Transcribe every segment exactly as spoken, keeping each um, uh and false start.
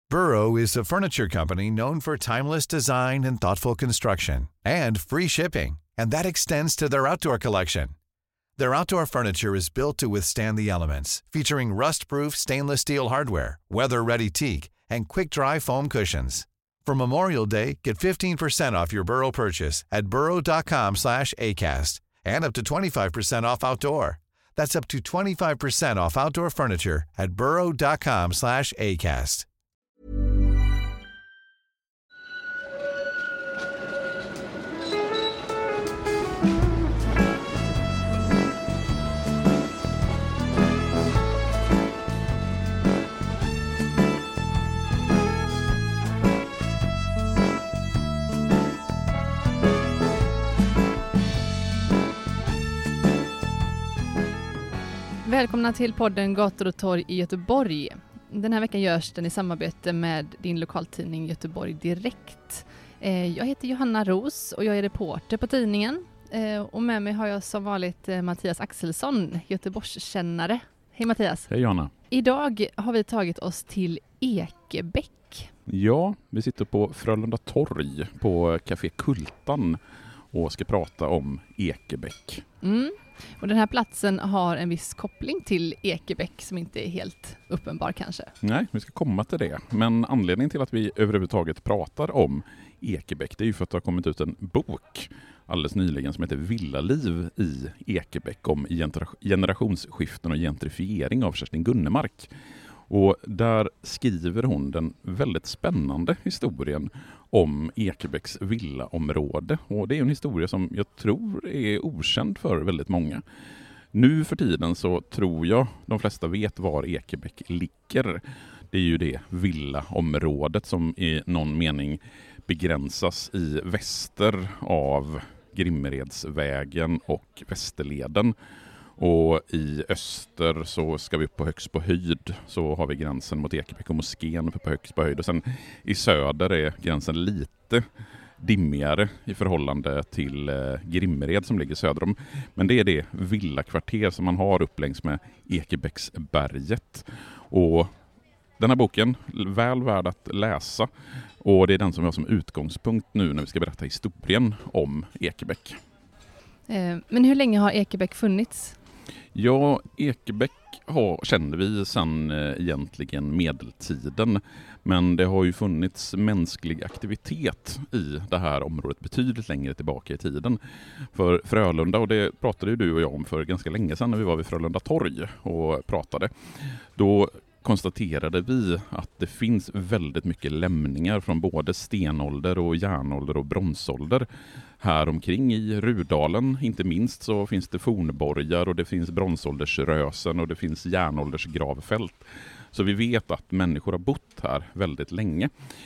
Burrow is a furniture company known for timeless design and thoughtful construction, and free shipping, and that extends to their outdoor collection. Their outdoor furniture is built to withstand the elements, featuring rust-proof stainless steel hardware, weather-ready teak, and quick-dry foam cushions. For Memorial Day, get fifteen percent off your Burrow purchase at burrow.com slash ACAST and up to twenty-five percent off outdoor. That's up to twenty-five percent off outdoor furniture at burrow.com slash ACAST. Välkomna till podden Gator och torg i Göteborg. Den här veckan görs den i samarbete med din lokaltidning Göteborg Direkt. Jag heter Johanna Ros och jag är reporter på tidningen. Och med mig har jag som vanligt Mattias Axelsson, Göteborgskännare. Hej Mattias. Hej Johanna. Idag har vi tagit oss till Ekebäck. Ja, vi sitter på Frölunda torg på Café Kultan och ska prata om Ekebäck. Mm. Och den här platsen har en viss koppling till Ekebäck som inte är helt uppenbar kanske. Nej, vi ska komma till det. Men anledningen till att vi överhuvudtaget pratar om Ekebäck, det är ju för att det har kommit ut en bok alldeles nyligen som heter Villaliv i Ekebäck om generationsskiften och gentrifiering av Kerstin Gunnemark. Och där skriver hon den väldigt spännande historien om Ekebäcks villaområde. Och det är en historia som jag tror är okänd för väldigt många. Nu för tiden så tror jag de flesta vet var Ekebäck ligger. Det är ju det villaområdet som i någon mening begränsas i väster av Grimmeredsvägen och Västerleden. Och i öster så ska vi upp på högst på höjd, så har vi gränsen mot Ekebäck och moskén uppe på högst på höjd. Och sen i söder är gränsen lite dimmigare i förhållande till eh, Grimmered som ligger söder om. Men det är det villakvarter som man har upp längs med Ekebäcksberget. Och den här boken, väl värd att läsa. Och det är den som vi har som utgångspunkt nu när vi ska berätta historien om Ekebäck. Eh, men hur länge har Ekebäck funnits? Ja, Ekebäck har, känner vi sedan eh, egentligen medeltiden. Men det har ju funnits mänsklig aktivitet i det här området betydligt längre tillbaka i tiden. För Frölunda, och det pratade ju du och jag om för ganska länge sedan när vi var vid Frölunda torg och pratade. Då konstaterade vi att det finns väldigt mycket lämningar från både stenålder och järnålder och bronsålder. Här omkring i Rudalen, inte minst, så finns det fornborgar och det finns bronsåldersrösen och det finns järnåldersgravfält. Så vi vet att människor har bott här väldigt länge.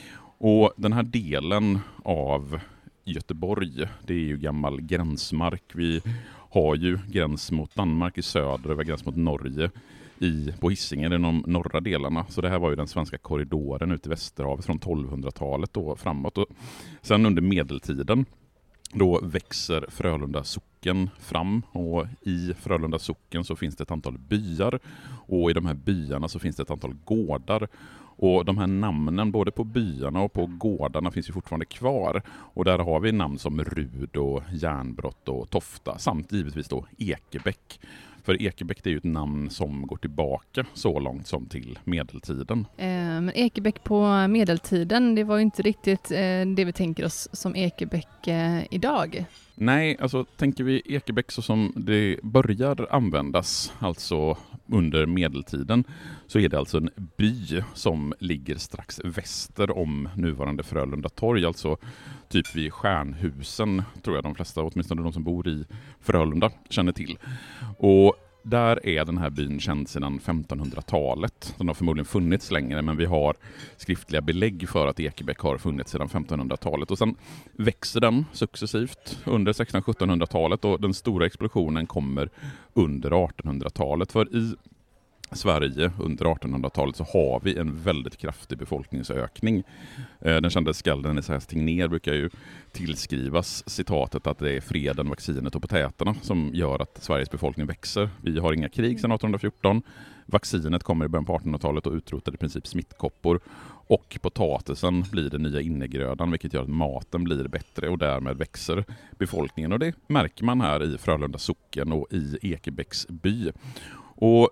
Och den här delen av Göteborg, det är ju gammal gränsmark. Vi har ju gräns mot Danmark i söder och vi har gräns mot Norge i, på Hisingen i de norra delarna. Så det här var ju den svenska korridoren ut i Västerhavet från tolvhundratalet och framåt. Och sen under medeltiden då växer Frölunda socken fram, och i Frölunda socken så finns det ett antal byar, och i de här byarna så finns det ett antal gårdar. Och de här namnen både på byarna och på gårdarna finns ju fortfarande kvar. Och där har vi namn som Rud och Järnbrott och Tofta, samt givetvis då Ekebäck. För Ekebäck, det är ju ett namn som går tillbaka så långt som till medeltiden. Eh, men Ekebäck på medeltiden, det var ju inte riktigt eh, det vi tänker oss som Ekebäck eh, idag. Nej, alltså tänker vi Ekebäck så som det börjar användas, alltså under medeltiden, så är det alltså en by som ligger strax väster om nuvarande Frölunda torg, alltså typ vid Stjärnhusen, tror jag de flesta, åtminstone de som bor i Frölunda, känner till. Och där är den här byn känd sedan femtonhundratalet. Den har förmodligen funnits längre, men vi har skriftliga belägg för att Ekebäck har funnits sedan femtonhundratalet. Och sen växer den successivt under sextonhundra-sjuttonhundratalet, och den stora explosionen kommer under artonhundratalet. För i Sverige under artonhundratalet så har vi en väldigt kraftig befolkningsökning. Den kända skalden Esaias Tegnér brukar ju tillskrivas citatet att det är freden, vaccinet och potäterna som gör att Sveriges befolkning växer. Vi har inga krig sedan artonhundrafjorton. Vaccinet kommer i början på artonhundratalet och utrotar i princip smittkoppor. Och potatisen blir den nya innegrödan, vilket gör att maten blir bättre och därmed växer befolkningen. Och det märker man här i Frölunda socken och i Ekebäcks by. Och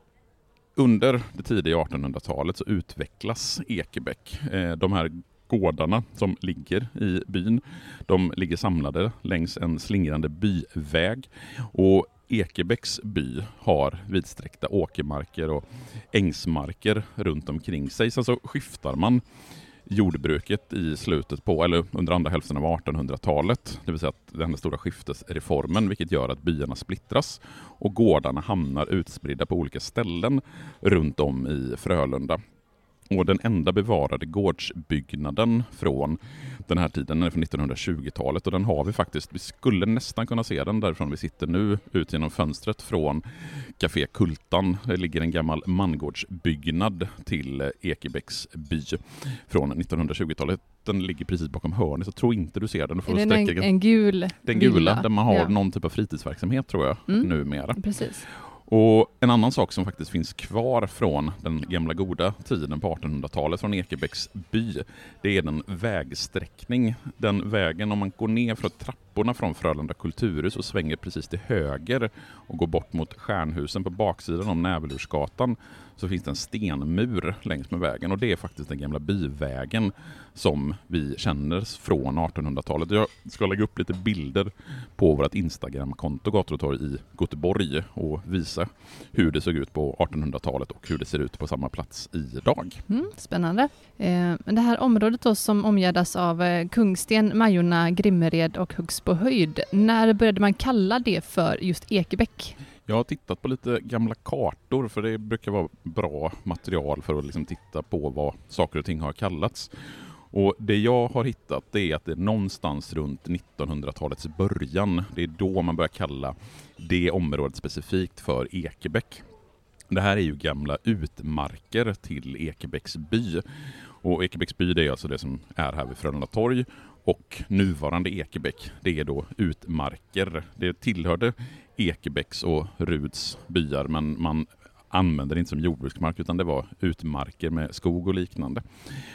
under det tidiga artonhundratalet så utvecklas Ekebäck. De här gårdarna som ligger i byn, de ligger samlade längs en slingrande byväg. Och Ekebäcks by har vidsträckta åkermarker och ängsmarker runt omkring sig. Sen så skiftar man jordbruket i slutet på, eller under andra hälften av artonhundratalet. Det vill säga att den stora skiftesreformen, vilket gör att byarna splittras och gårdarna hamnar utspridda på olika ställen runt om i Frölunda. Och den enda bevarade gårdsbyggnaden från den här tiden är från nittonhundratjugotalet och den har vi faktiskt, vi skulle nästan kunna se den därifrån vi sitter nu ut genom fönstret från Café Kultan. Det ligger en gammal mangårdsbyggnad till Ekebäcks by från nittonhundratjugotalet. Den ligger precis bakom hörnet så tror inte du ser den. Du får är det en, en gul Den gula villa? Där man har ja. någon typ av fritidsverksamhet tror jag mm. numera. Precis. Och en annan sak som faktiskt finns kvar från den gamla goda tiden på artonhundratalet från Ekebäcks by, det är den vägsträckning. Den vägen, om man går ner från trapporna från Frölunda kulturhus och svänger precis till höger och går bort mot Stjärnhusen på baksidan om Nävelursgatan, så finns det en stenmur längs med vägen och det är faktiskt den gamla byvägen som vi känner från artonhundratalet. Jag ska lägga upp lite bilder på vårt Instagram-konto Gator och torg i Göteborg och visa hur det såg ut på artonhundratalet och hur det ser ut på samma plats idag. Mm, spännande. Eh, men det här området då som omgärdas av eh, Kungsten, Majorna, Grimmered och Högsbohöjd, när började man kalla det för just Ekebäck? Jag har tittat på lite gamla kartor för det brukar vara bra material för att liksom titta på vad saker och ting har kallats. Och det jag har hittat det är att det är någonstans runt nittonhundratalets början. Det är då man börjar kalla det området specifikt för Ekebäck. Det här är ju gamla utmarker till Ekebäcks by. Och Ekebäcks by det är alltså det som är här vid Frölunda torg. Och nuvarande Ekebäck, det är då utmarker. Det tillhörde Ekebäcks och Ruds byar, men man använde det inte som jordbruksmark utan det var utmarker med skog och liknande.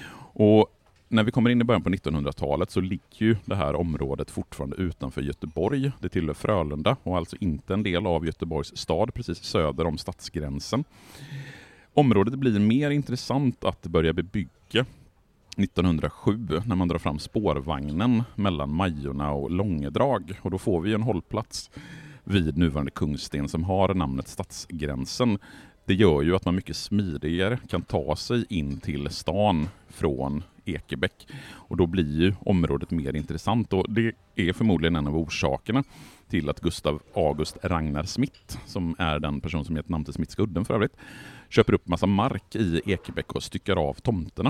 Och när vi kommer in i början på nittonhundratalet så ligger ju det här området fortfarande utanför Göteborg. Det tillhör Frölunda och alltså inte en del av Göteborgs stad, precis söder om stadsgränsen. Området blir mer intressant att börja bebygga nittonhundrasju när man drar fram spårvagnen mellan Majorna och Långedrag. Och då får vi en hållplats vid nuvarande Kungsten som har namnet Stadsgränsen. Det gör ju att man mycket smidigare kan ta sig in till stan från Ekebäck. Och då blir ju området mer intressant och det är förmodligen en av orsakerna till att Gustav August Ragnar Smith, som är den person som gett namn till Smithska udden för övrigt, köper upp massa mark i Ekebäck och styckar av tomterna.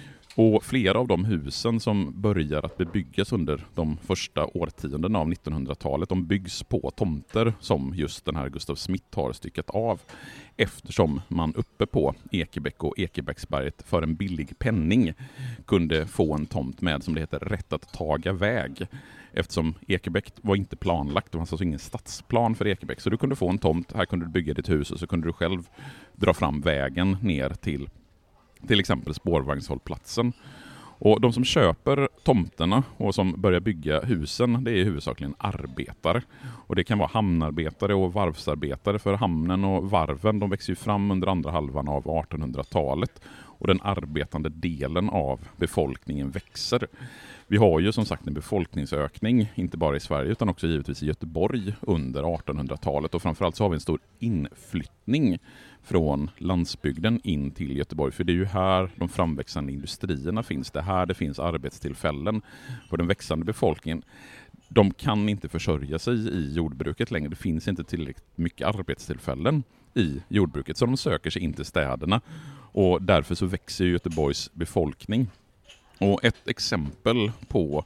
Och flera av de husen som börjar att bebyggas under de första årtiondena av nittonhundratalet, de byggs på tomter som just den här Gustav Smith har styckat av. Eftersom man uppe på Ekebäck och Ekebäcksberget för en billig penning kunde få en tomt med, som det heter, rätt att taga väg. Eftersom Ekebäck var inte planlagt, det fanns alltså ingen stadsplan för Ekebäck. Så du kunde få en tomt, här kunde du bygga ditt hus och så kunde du själv dra fram vägen ner till till exempel spårvagnshållplatsen. Och de som köper tomterna och som börjar bygga husen, det är huvudsakligen arbetare. Och det kan vara hamnarbetare och varvsarbetare, för hamnen och varven, de växer ju fram under andra halvan av artonhundratalet. Och den arbetande delen av befolkningen växer. Vi har ju som sagt en befolkningsökning, inte bara i Sverige utan också givetvis i Göteborg under artonhundratalet. Och framförallt så har vi en stor inflyttning från landsbygden in till Göteborg. För det är ju här de framväxande industrierna finns. Det är här det finns arbetstillfällen för den växande befolkningen. De kan inte försörja sig i jordbruket längre. Det finns inte tillräckligt mycket arbetstillfällen i jordbruket, så de söker sig in till städerna. Och därför så växer Göteborgs befolkning. Och ett exempel på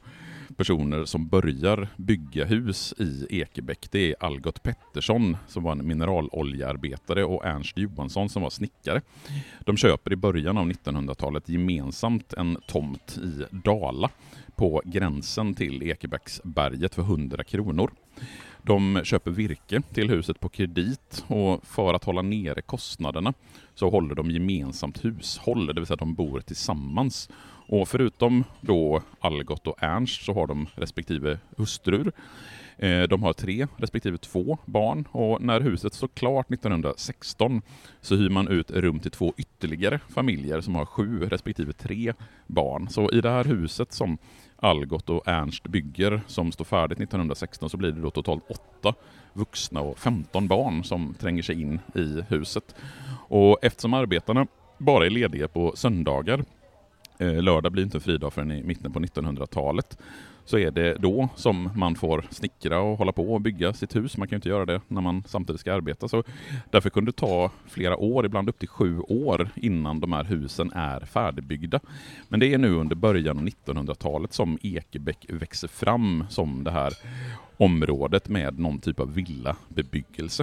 personer som börjar bygga hus i Ekebäck. Det är Algot Pettersson som var en mineraloljearbetare och Ernst Johansson som var snickare. De köper i början av nittonhundratalet gemensamt en tomt i Dala på gränsen till Ekebäcksberget för hundra kronor. De köper virke till huset på kredit och för att hålla nere kostnaderna så håller de gemensamt hushåll, det vill säga att de bor tillsammans. Och förutom då Algot och Ernst så har de respektive hustrur. De har tre respektive två barn och när huset står klart nittonhundrasexton så hyr man ut rum till två ytterligare familjer som har sju respektive tre barn. Så i det här huset som Algot och Ernst bygger som står färdigt nittonhundrasexton så blir det då totalt åtta vuxna och femton barn som tränger sig in i huset. Och eftersom arbetarna bara är lediga på söndagar, eh, lördag blir inte fridag förrän i mitten på nittonhundratalet, så är det då som man får snickra och hålla på och bygga sitt hus. Man kan ju inte göra det när man samtidigt ska arbeta. Så därför kunde det ta flera år, ibland upp till sju år innan de här husen är färdigbyggda. Men det är nu under början av nittonhundratalet som Ekebäck växer fram som det här området med någon typ av villabebyggelse.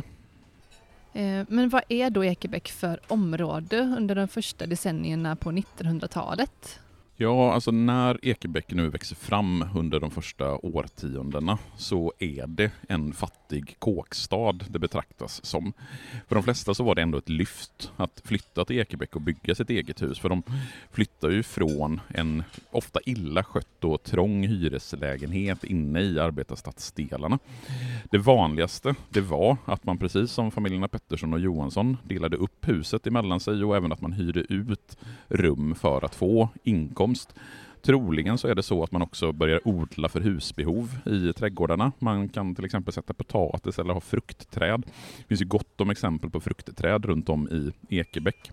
Men vad är då Ekebäck för område under de första decennierna på nittonhundratalet? Ja, alltså när Ekebäck nu växer fram under de första årtiondena så är det en fattig kåkstad det betraktas som. För de flesta så var det ändå ett lyft att flytta till Ekebäck och bygga sitt eget hus. För de flyttar ju från en ofta illa skött och trång hyreslägenhet inne i arbetarstadsdelarna. Det vanligaste det var att man precis som familjerna Pettersson och Johansson delade upp huset emellan sig och även att man hyrde ut rum för att få inkomst. Troligen så är det så att man också börjar odla för husbehov i trädgårdarna. Man kan till exempel sätta potatis eller ha fruktträd. Det finns ju gott om exempel på fruktträd runt om i Ekebäck.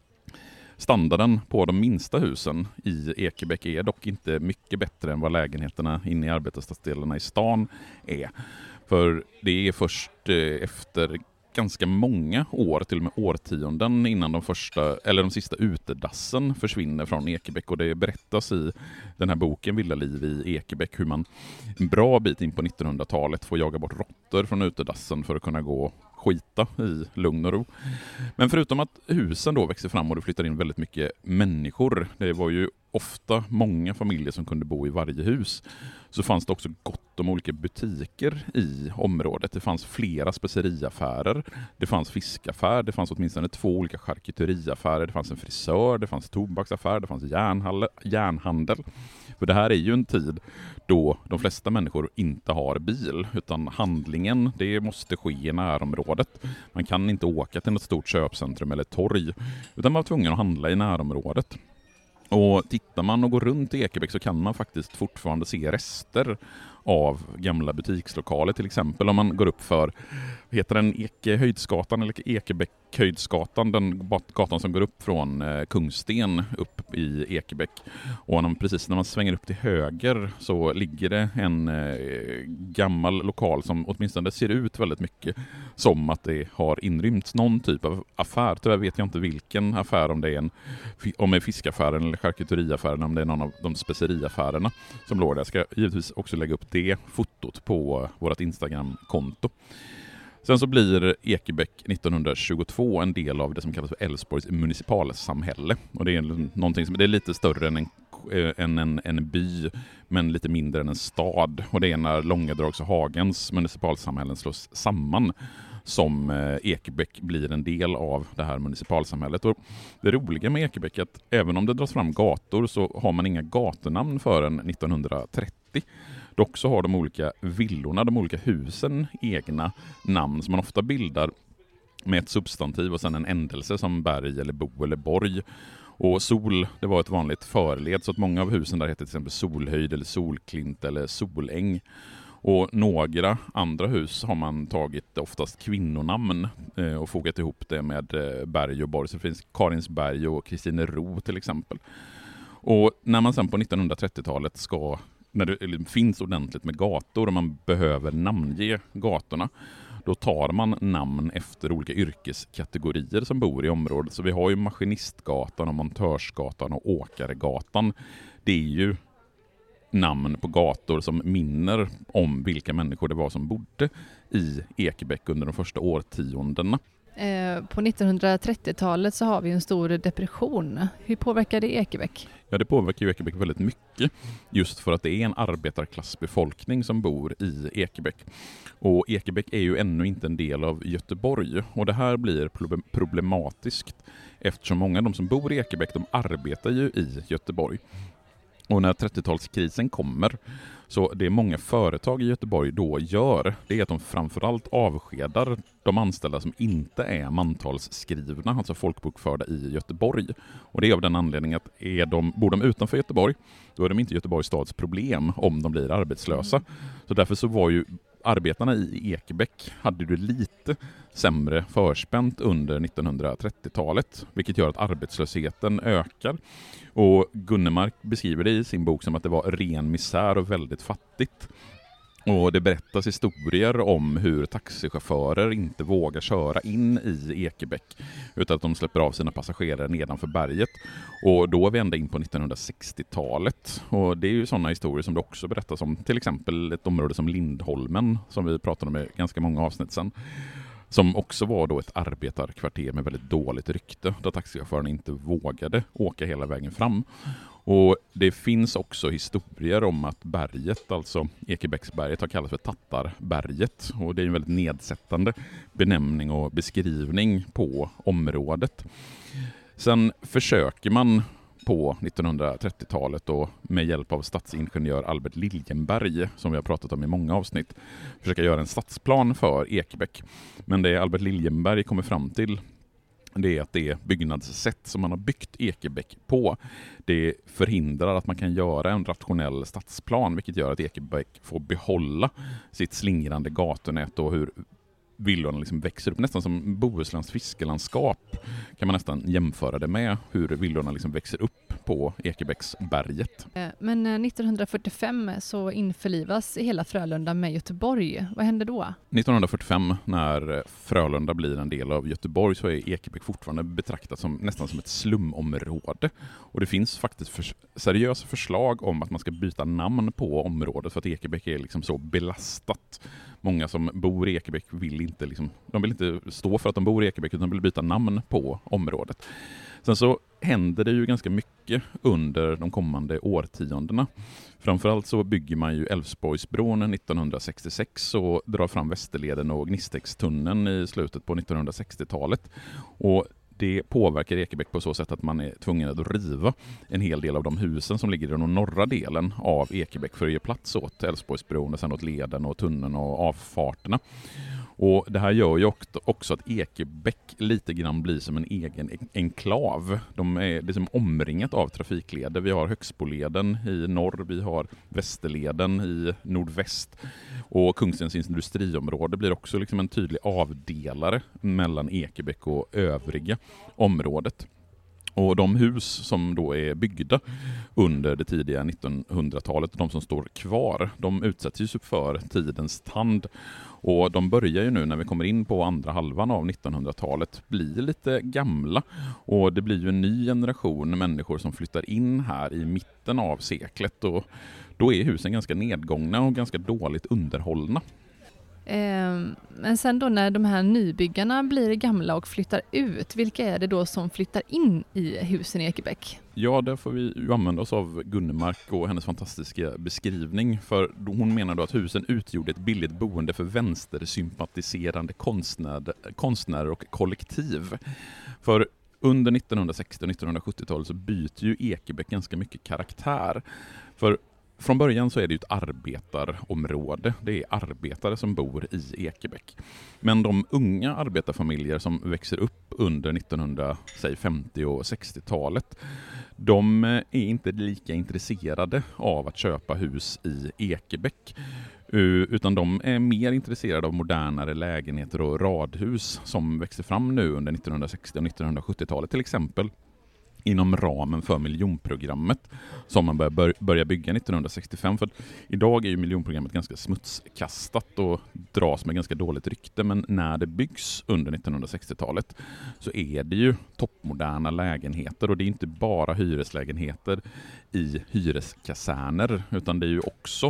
Standarden på de minsta husen i Ekebäck är dock inte mycket bättre än vad lägenheterna inne i arbetarstadsdelarna i stan är. För det är först efter ganska många år, till och med årtionden innan de första eller de sista utedassen försvinner från Ekebäck, och det berättas i den här boken Villaliv i Ekebäck hur man en bra bit in på nittonhundratalet får jaga bort råttor från utedassen för att kunna gå skita i lugn och ro. Men förutom att husen då växer fram och det flyttar in väldigt mycket människor, det var ju ofta många familjer som kunde bo i varje hus, så fanns det också gott om olika butiker i området. Det fanns flera speceriaffärer, det fanns fiskaffär, det fanns åtminstone två olika charkuteriaffärer, det fanns en frisör, det fanns tobaksaffär, det fanns järnhandel, järnhandel. För det här är ju en tid då de flesta människor inte har bil, utan handlingen det måste ske i närområdet. Man kan inte åka till något stort köpcentrum eller torg, utan man var tvungen att handla i närområdet. Och tittar man och går runt i Ekebäck så kan man faktiskt fortfarande se rester av gamla butikslokaler. Till exempel om man går upp för, heter den Ekehöjdsgatan eller Ekebäckhöjdsgatan, den gatan som går upp från eh, Kungsten upp i Ekebäck. Och när man, precis när man svänger upp till höger så ligger det en eh, gammal lokal som åtminstone ser ut väldigt mycket som att det har inrymts någon typ av affär. Tyvärr vet jag inte vilken affär, om det är en om det är fiskaffären eller charkuteriaffären, om det är någon av de speceriaffärerna som låg där. Jag ska givetvis också lägga upp det fotot på vårt Instagram-konto. Sen så blir Ekebäck nittonhundratjugotvå en del av det som kallas för Älvsborgs municipalsamhälle. Och det är någonting som det är lite större än en, än en, en by, men lite mindre än en stad. Och det är när Långedrags och Hagens municipalsamhällen slås samman som Ekebäck blir en del av det här municipalsamhället. Och det roliga med Ekebäck är att även om det dras fram gator så har man inga gatunamn förrän nittonhundratrettio. Dock så har de olika villorna, de olika husen egna namn som man ofta bildar med ett substantiv och sen en ändelse som berg eller bo eller borg. Och sol, det var ett vanligt förled, så att många av husen där heter till exempel Solhöjd eller Solklint eller Soläng. Och några andra hus har man tagit oftast kvinnonamn eh, och fogat ihop det med eh, berg och borg. Så det finns Karinsberg och Kristinero till exempel. Och när man sen på nittonhundratrettiotalet ska, när det finns ordentligt med gator och man behöver namnge gatorna, då tar man namn efter olika yrkeskategorier som bor i området. Så vi har ju Maskinistgatan och Montörsgatan och Åkaregatan. Det är ju namn på gator som minner om vilka människor det var som bodde i Ekebäck under de första årtiondena. Eh, på nittonhundratrettiotalet så har vi en stor depression. Hur påverkar det Ekebäck? Ja, det påverkar ju Ekebäck väldigt mycket just för att det är en arbetarklassbefolkning som bor i Ekebäck. Och Ekebäck är ju ännu inte en del av Göteborg och det här blir problematiskt eftersom många av de som bor i Ekebäck de arbetar ju i Göteborg. Och när trettiotalskrisen kommer så det många företag i Göteborg då gör det är att de framförallt avskedar de anställda som inte är mantalsskrivna, alltså folkbokförda i Göteborg. Och det är av den anledningen att är de, bor de utanför Göteborg då är de inte Göteborgs stads problem om de blir arbetslösa. Så därför så var ju arbetarna i Ekebäck hade det lite sämre förspänt under nittonhundratrettiotalet, vilket gör att arbetslösheten ökar. Och Gunnemark beskriver det i sin bok som att det var ren misär och väldigt fattigt. Och det berättas historier om hur taxichaufförer inte vågar köra in i Ekebäck utan att de släpper av sina passagerare nedanför berget. Och då är vi ända in på nittonhundrasextiotalet. Och det är ju sådana historier som det också berättas om. Till exempel ett område som Lindholmen som vi pratade om i ganska många avsnitt sedan. Som också var då ett arbetarkvarter med väldigt dåligt rykte där taxichaufförerna inte vågade åka hela vägen fram. Och det finns också historier om att berget, alltså Ekebäcksberget, har kallats för Tattarberget. Och det är en väldigt nedsättande benämning och beskrivning på området. Sen försöker man på nittonhundratrettiotalet och med hjälp av stadsingenjör Albert Liljenberg, som vi har pratat om i många avsnitt, försöka göra en stadsplan för Ekebäck. Men det Albert Liljenberg kommer fram till det är att det byggnadssätt som man har byggt Ekebäck på det förhindrar att man kan göra en rationell stadsplan, vilket gör att Ekebäck får behålla sitt slingrande gatunät och hur villorna liksom växer upp. Nästan som Bohusläns fiskelandskap kan man nästan jämföra det med hur villorna liksom växer upp på Ekebäcksberget. Men nittonhundrafyrtiofem så införlivas hela Frölunda med Göteborg. Vad hände då? nittonhundrafyrtiofem när Frölunda blir en del av Göteborg så är Ekebäck fortfarande betraktat som nästan som ett slumområde. Och det finns faktiskt för, seriösa förslag om att man ska byta namn på området för att Ekebäck är liksom så belastat. Många som bor i Ekebäck vill inte, liksom, de vill inte stå för att de bor i Ekebäck utan de vill byta namn på området. Sen så händer det ju ganska mycket under de kommande årtiondena. Framförallt så bygger man ju Älvsborgsbron nittonhundrasextiosex och drar fram Västerleden och Gnistekstunneln i slutet på nittonhundrasextiotalet. Och det påverkar Ekebäck på så sätt att man är tvungen att riva en hel del av de husen som ligger i den norra delen av Ekebäck för att ge plats åt Älvsborgsbron och sen åt leden och tunneln och avfarterna. Och det här gör ju också att Ekebäck lite grann blir som en egen enklav. De är liksom omringat av trafikleder. Vi har Högsboleden i norr, vi har Västerleden i nordväst och Kungstens industriområde blir också liksom en tydlig avdelare mellan Ekebäck och övriga området. Och de hus som då är byggda under det tidiga nittonhundratalet, de som står kvar, de utsätts ju för tidens tand. Och de börjar ju nu när vi kommer in på andra halvan av nittonhundratalet bli lite gamla. Och det blir ju en ny generation människor som flyttar in här i mitten av seklet. Och då är husen ganska nedgångna och ganska dåligt underhållna. Men sen då när de här nybyggarna blir gamla och flyttar ut, vilka är det då som flyttar in i husen i Ekebäck? Ja, där får vi ju använda oss av Gunnemark och hennes fantastiska beskrivning. För hon menar då att husen utgjorde ett billigt boende för vänstersympatiserande konstnär, konstnärer och kollektiv. För under nittonhundrasextio och nittonhundrasjuttiotalet så byter ju Ekebäck ganska mycket karaktär. För från början så är det ju ett arbetarområde. Det är arbetare som bor i Ekebäck. Men de unga arbetarfamiljer som växer upp under nittonhundrafemtio- och sextiotalet, de är inte lika intresserade av att köpa hus i Ekebäck. Utan de är mer intresserade av modernare lägenheter och radhus som växer fram nu under nittonhundrasextio- och nittonhundrasjuttiotalet. Till exempel inom ramen för miljonprogrammet som man bör, börja bygga nittonhundrasextiofem. För att idag är ju miljonprogrammet ganska smutskastat och dras med ganska dåligt rykte, men när det byggs under nittonhundrasextiotalet så är det ju toppmoderna lägenheter, och det är inte bara hyreslägenheter i hyreskaserner, utan det är ju också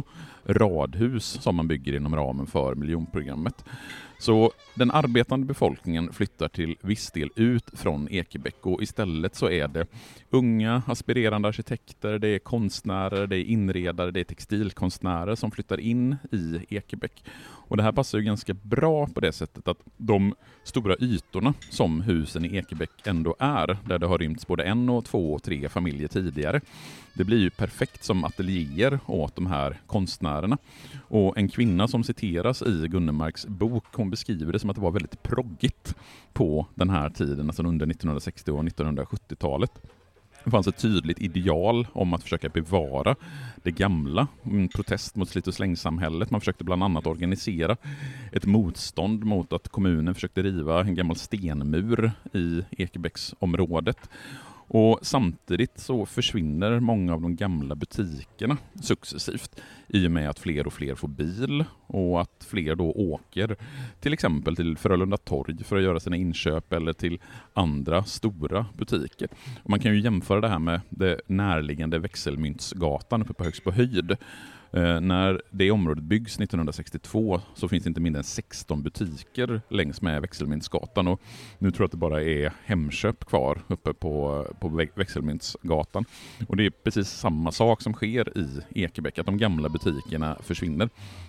radhus som man bygger inom ramen för miljonprogrammet. Så den arbetande befolkningen flyttar till viss del ut från Ekebäck, och istället så är det unga aspirerande arkitekter, det är konstnärer, det är inredare, det är textilkonstnärer som flyttar in i Ekebäck. Och det här passar ju ganska bra på det sättet att de stora ytorna som husen i Ekebäck ändå är, där det har rymts både en och två och tre familjer tidigare, det blir ju perfekt som ateljéer åt de här konstnärerna. Och en kvinna som citeras i Gunnemarks bok, hon beskriver det som att det var väldigt proggigt på den här tiden, alltså under nittonhundrasextio- och nittonhundrasjuttiotalet. Det fanns ett tydligt ideal om att försöka bevara det gamla, en protest mot slit- och slängsamhället. Man försökte bland annat organisera ett motstånd mot att kommunen försökte riva en gammal stenmur i Ekebäcksområdet. Och samtidigt så försvinner många av de gamla butikerna successivt i och med att fler och fler får bil, och att fler då åker till exempel till Frölunda torg för att göra sina inköp eller till andra stora butiker. Och man kan ju jämföra det här med det närliggande Växelmyntsgatan uppe på Högsbo höjd. Eh, när det området byggs nittonhundrasextiotvå så finns det inte mindre än sexton butiker längs med Växelmyntsgatan, och nu tror jag att det bara är Hemköp kvar uppe på, på Växelmyntsgatan. Och det är precis samma sak som sker i Ekebäck, att de gamla butikerna försvinner.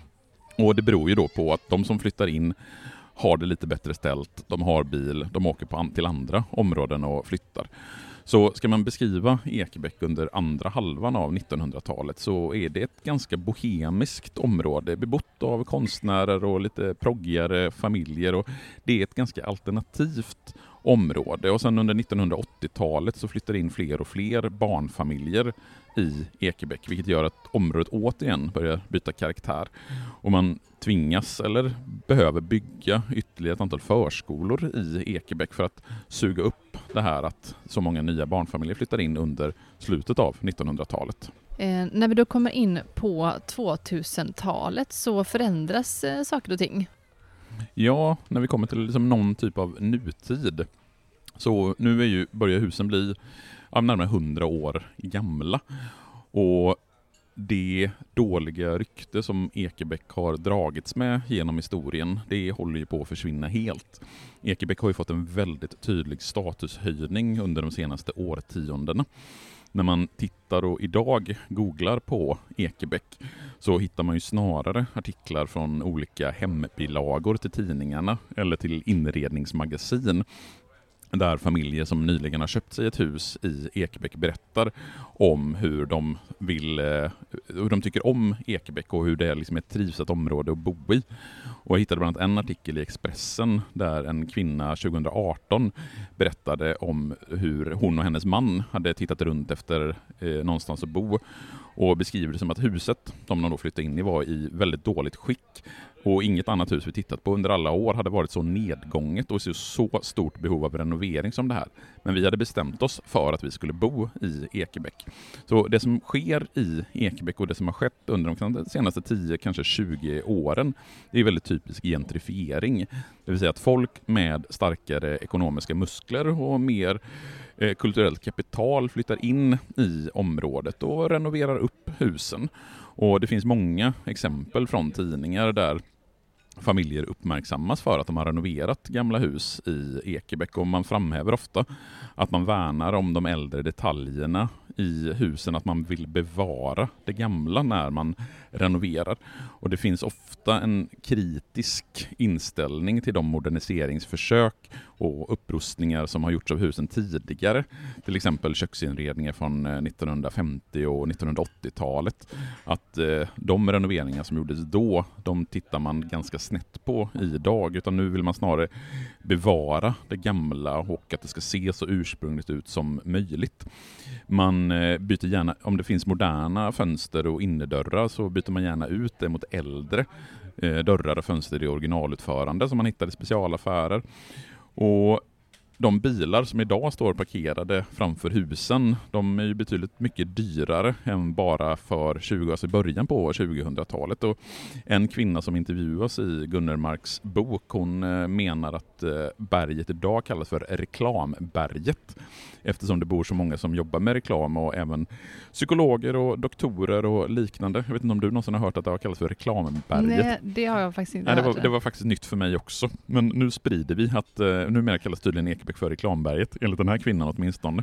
Och det beror ju då på att de som flyttar in har det lite bättre ställt, de har bil, de åker på an- till andra områden och flyttar. Så ska man beskriva Ekebäck under andra halvan av nittonhundratalet så är det ett ganska bohemiskt område, bebott av konstnärer och lite proggigare familjer, och det är ett ganska alternativt område. Och sen under nittonhundraåttiotalet så flyttar in fler och fler barnfamiljer i Ekebäck, vilket gör att området återigen börjar byta karaktär. Och man tvingas eller behöver bygga ytterligare ett antal förskolor i Ekebäck för att suga upp det här att så många nya barnfamiljer flyttar in under slutet av nittonhundratalet. Eh, när vi då kommer in på tvåtusentalet så förändras eh, saker och ting. Ja, när vi kommer till liksom någon typ av nutid. Så nu är ju, börjar husen bli ja, närmare hundra år gamla. Och det dåliga rykte som Ekebäck har dragits med genom historien, det håller ju på att försvinna helt. Ekebäck har ju fått en väldigt tydlig statushöjning under de senaste årtiondena. När man tittar och idag googlar på Ekebäck så hittar man ju snarare artiklar från olika hembilagor till tidningarna eller till inredningsmagasin, där familjer som nyligen har köpt sig ett hus i Ekebäck berättar om hur de vill, hur de tycker om Ekebäck och hur det är liksom ett trivsamt område att bo i. Och jag hittade bland annat en artikel i Expressen där en kvinna tjugoarton berättade om hur hon och hennes man hade tittat runt efter eh, någonstans att bo, och beskriver det som att huset som de då flyttade in i var i väldigt dåligt skick. Och inget annat hus vi tittat på under alla år hade varit så nedgånget och så, så stort behov av renovering som det här. Men vi hade bestämt oss för att vi skulle bo i Ekebäck. Så det som sker i Ekebäck och det som har skett under de senaste tio, kanske tjugo åren, det är väldigt typisk gentrifiering. Det vill säga att folk med starkare ekonomiska muskler och mer eh, kulturellt kapital flyttar in i området och renoverar upp husen. Och det finns många exempel från tidningar där familjer uppmärksammas för att de har renoverat gamla hus i Ekebäck, och man framhäver ofta att man värnar om de äldre detaljerna i husen, att man vill bevara det gamla när man renoverar. Och det finns ofta en kritisk inställning till de moderniseringsförsök och upprustningar som har gjorts av husen tidigare. Till exempel köksinredningar från nittonhundrafemtio- och nittonhundraåttiotalet. Att eh, de renoveringar som gjordes då, de tittar man ganska snett på idag, utan nu vill man snarare bevara det gamla och att det ska se så ursprungligt ut som möjligt. Man eh, byter gärna, om det finns moderna fönster och innerdörrar så byter man gärna ut det mot äldre eh, dörrar och fönster i originalutförande som man hittar i specialaffärer. Och de bilar som idag står parkerade framför husen, de är ju betydligt mycket dyrare än bara för tjugo, alltså början på tjugohundratalet. Och en kvinna som intervjuas i Gunnermarks bok, hon menar att berget idag kallas för reklamberget, eftersom det bor så många som jobbar med reklam och även psykologer och doktorer och liknande. Jag vet inte om du någonsin har hört att det har kallats för reklamberget. Nej, det har jag faktiskt inte Nej, det hört. var, det var faktiskt nytt för mig också. Men nu sprider vi att uh, numera kallas tydligen Ekebäck för reklamberget, enligt den här kvinnan åtminstone.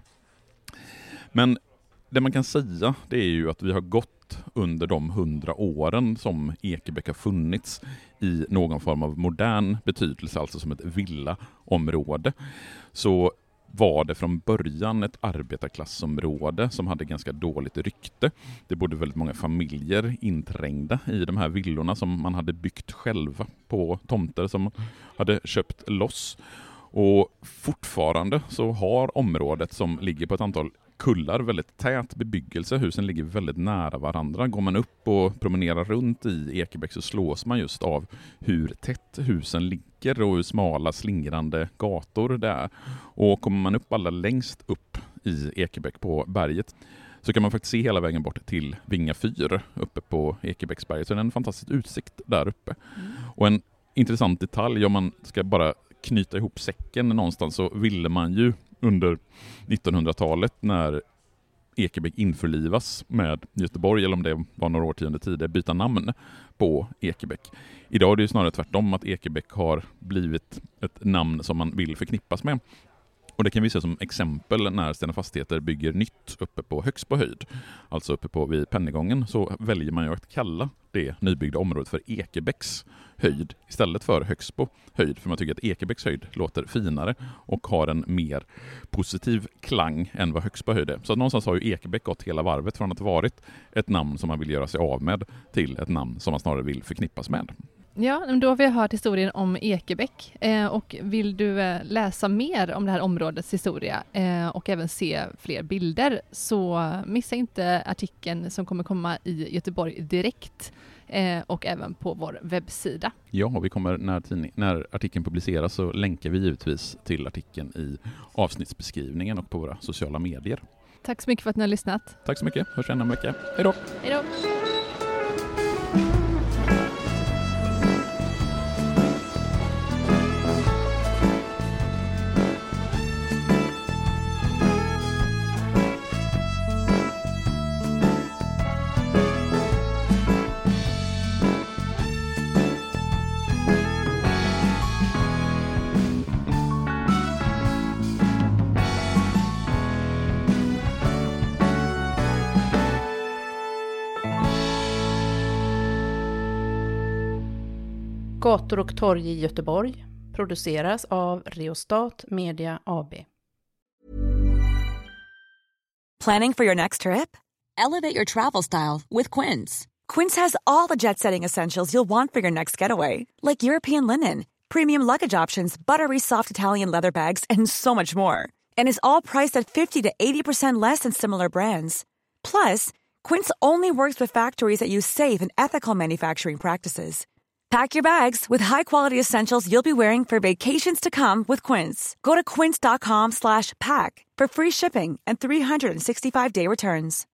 Men det man kan säga, det är ju att vi har gått under de hundra åren som Ekebäck har funnits i någon form av modern betydelse, alltså som ett villaområde. Så var det från början ett arbetarklassområde som hade ganska dåligt rykte. Det bodde väldigt många familjer inträngda i de här villorna som man hade byggt själva på tomter som hade köpt loss. Och fortfarande så har området, som ligger på ett antal kullar, väldigt tät bebyggelse. Husen ligger väldigt nära varandra. Går man upp och promenerar runt i Ekebäck så slås man just av hur tätt husen ligger och hur smala slingrande gator det är. Och kommer man upp allra längst upp i Ekebäck på berget så kan man faktiskt se hela vägen bort till Vinga fyr uppe på Ekebäcksberget. Så det är en fantastisk utsikt där uppe. Mm. Och en intressant detalj, om man ska bara knyta ihop säcken någonstans, så ville man ju under nittonhundratalet, när Ekebäck införlivas med Göteborg, eller om det var några årtionde tidigare, byta namn på Ekebäck. Idag är det ju snarare tvärtom, att Ekebäck har blivit ett namn som man vill förknippas med. Och det kan vi se som exempel när Stena Fastigheter bygger nytt uppe på Högsbo höjd, alltså uppe på vid Pennygången, så väljer man ju att kalla det nybyggda området för Ekebäcks höjd istället för Högsbo höjd, för man tycker att Ekebäcks höjd låter finare och har en mer positiv klang än vad Högsbo höjd är. Så någonstans har ju Ekebäck gått hela varvet från att ha varit ett namn som man vill göra sig av med till ett namn som man snarare vill förknippas med. Ja, då har vi hört historien om Ekebäck eh, och vill du eh, läsa mer om det här områdets historia eh, och även se fler bilder, så missa inte artikeln som kommer komma i Göteborg Direkt eh, och även på vår webbsida. Ja, vi kommer när, tidning, när artikeln publiceras så länkar vi givetvis till artikeln i avsnittsbeskrivningen och på våra sociala medier. Tack så mycket för att ni har lyssnat. Tack så mycket, hörs igen om en vecka. Hej då! Hej då! Gator och torg i Göteborg produceras av Reostat Media A B. Planning for your next trip? Elevate your travel style with Quince. Quince has all the jet-setting essentials you'll want for your next getaway, like European linen, premium luggage options, buttery soft Italian leather bags, and so much more. And is all priced at fifty to eighty percent less than similar brands. Plus, Quince only works with factories that use safe and ethical manufacturing practices. Pack your bags with high-quality essentials you'll be wearing for vacations to come with Quince. Go to quince dot com slash pack for free shipping and three sixty-five day returns.